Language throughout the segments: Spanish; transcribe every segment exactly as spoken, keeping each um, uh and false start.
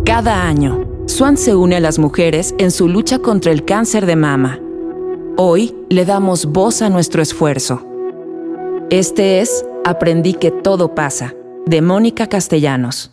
Cada año, Swan se une a las mujeres en su lucha contra el cáncer de mama. Hoy le damos voz a nuestro esfuerzo. Este es Aprendí que todo pasa, de Mónica Castellanos.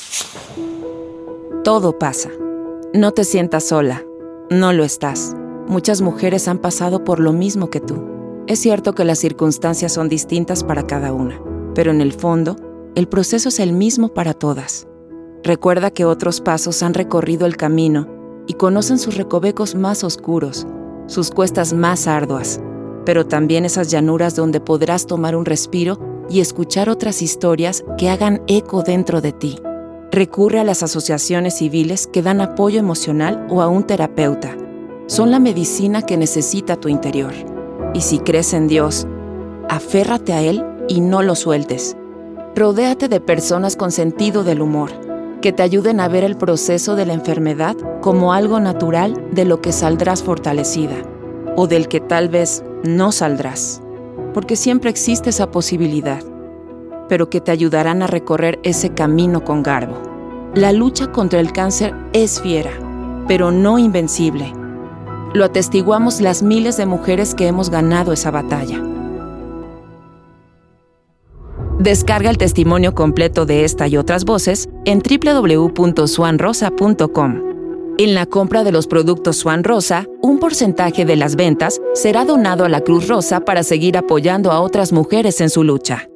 Todo pasa. No te sientas sola. No lo estás. Muchas mujeres han pasado por lo mismo que tú. Es cierto que las circunstancias son distintas para cada una, pero en el fondo, el proceso es el mismo para todas. Recuerda que otros pasos han recorrido el camino y conocen sus recovecos más oscuros, sus cuestas más arduas, pero también esas llanuras donde podrás tomar un respiro y escuchar otras historias que hagan eco dentro de ti. Recurre a las asociaciones civiles que dan apoyo emocional o a un terapeuta. Son la medicina que necesita tu interior. Y si crees en Dios, aférrate a Él y no lo sueltes. Rodéate de personas con sentido del humor, que te ayuden a ver el proceso de la enfermedad como algo natural de lo que saldrás fortalecida, o del que tal vez no saldrás, porque siempre existe esa posibilidad, pero que te ayudarán a recorrer ese camino con garbo. La lucha contra el cáncer es fiera, pero no invencible. Lo atestiguamos las miles de mujeres que hemos ganado esa batalla. Descarga el testimonio completo de esta y otras voces en doble u doble u doble u punto swan rosa punto com. En la compra de los productos Swan Rosa, un porcentaje de las ventas será donado a la Cruz Rosa para seguir apoyando a otras mujeres en su lucha.